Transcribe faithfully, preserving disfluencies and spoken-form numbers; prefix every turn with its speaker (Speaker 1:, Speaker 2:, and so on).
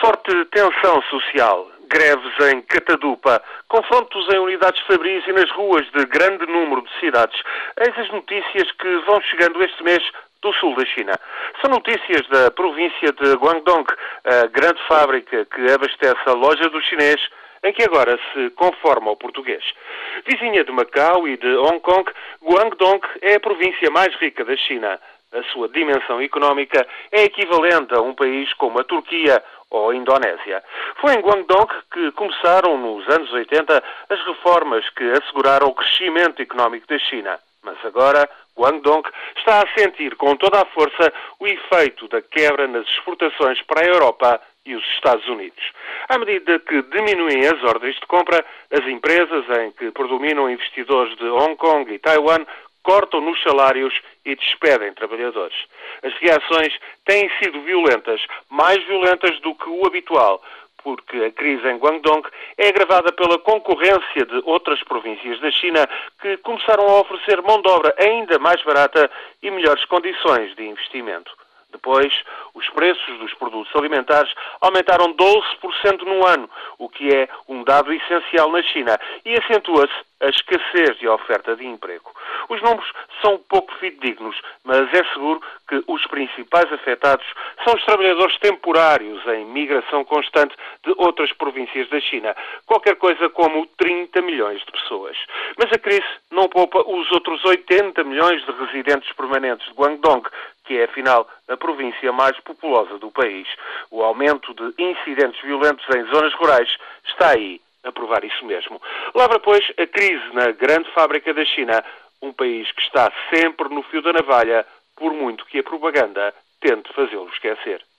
Speaker 1: Forte tensão social, greves em Catadupa, confrontos em unidades fabris e nas ruas de grande número de cidades. Eis as notícias que vão chegando este mês do sul da China. São notícias da província de Guangdong, a grande fábrica que abastece a loja do chinês, em que agora se conforma ao português. Vizinha de Macau e de Hong Kong, Guangdong é a província mais rica da China. A sua dimensão económica é equivalente a um país como a Turquia ou a Indonésia. Foi em Guangdong que começaram, nos anos oitenta, as reformas que asseguraram o crescimento económico da China. Mas agora, Guangdong está a sentir com toda a força o efeito da quebra nas exportações para a Europa e os Estados Unidos. À medida que diminuem as ordens de compra, as empresas em que predominam investidores de Hong Kong e Taiwan cortam nos salários e despedem trabalhadores. As reações têm sido violentas, mais violentas do que o habitual, porque a crise em Guangdong é agravada pela concorrência de outras províncias da China que começaram a oferecer mão de obra ainda mais barata e melhores condições de investimento. Depois, os preços dos produtos alimentares aumentaram doze por cento no ano, o que é um dado essencial na China, e acentua-se a escassez de oferta de emprego. Os números são pouco fidedignos, mas é seguro que os principais afetados são os trabalhadores temporários em migração constante de outras províncias da China, qualquer coisa como trinta milhões de pessoas. Mas a crise não poupa os outros oitenta milhões de residentes permanentes de Guangdong, que é, afinal, a província mais populosa do país. O aumento de incidentes violentos em zonas rurais está aí a provar isso mesmo. Lavra, pois, a crise na grande fábrica da China, um país que está sempre no fio da navalha, por muito que a propaganda tente fazê-lo esquecer.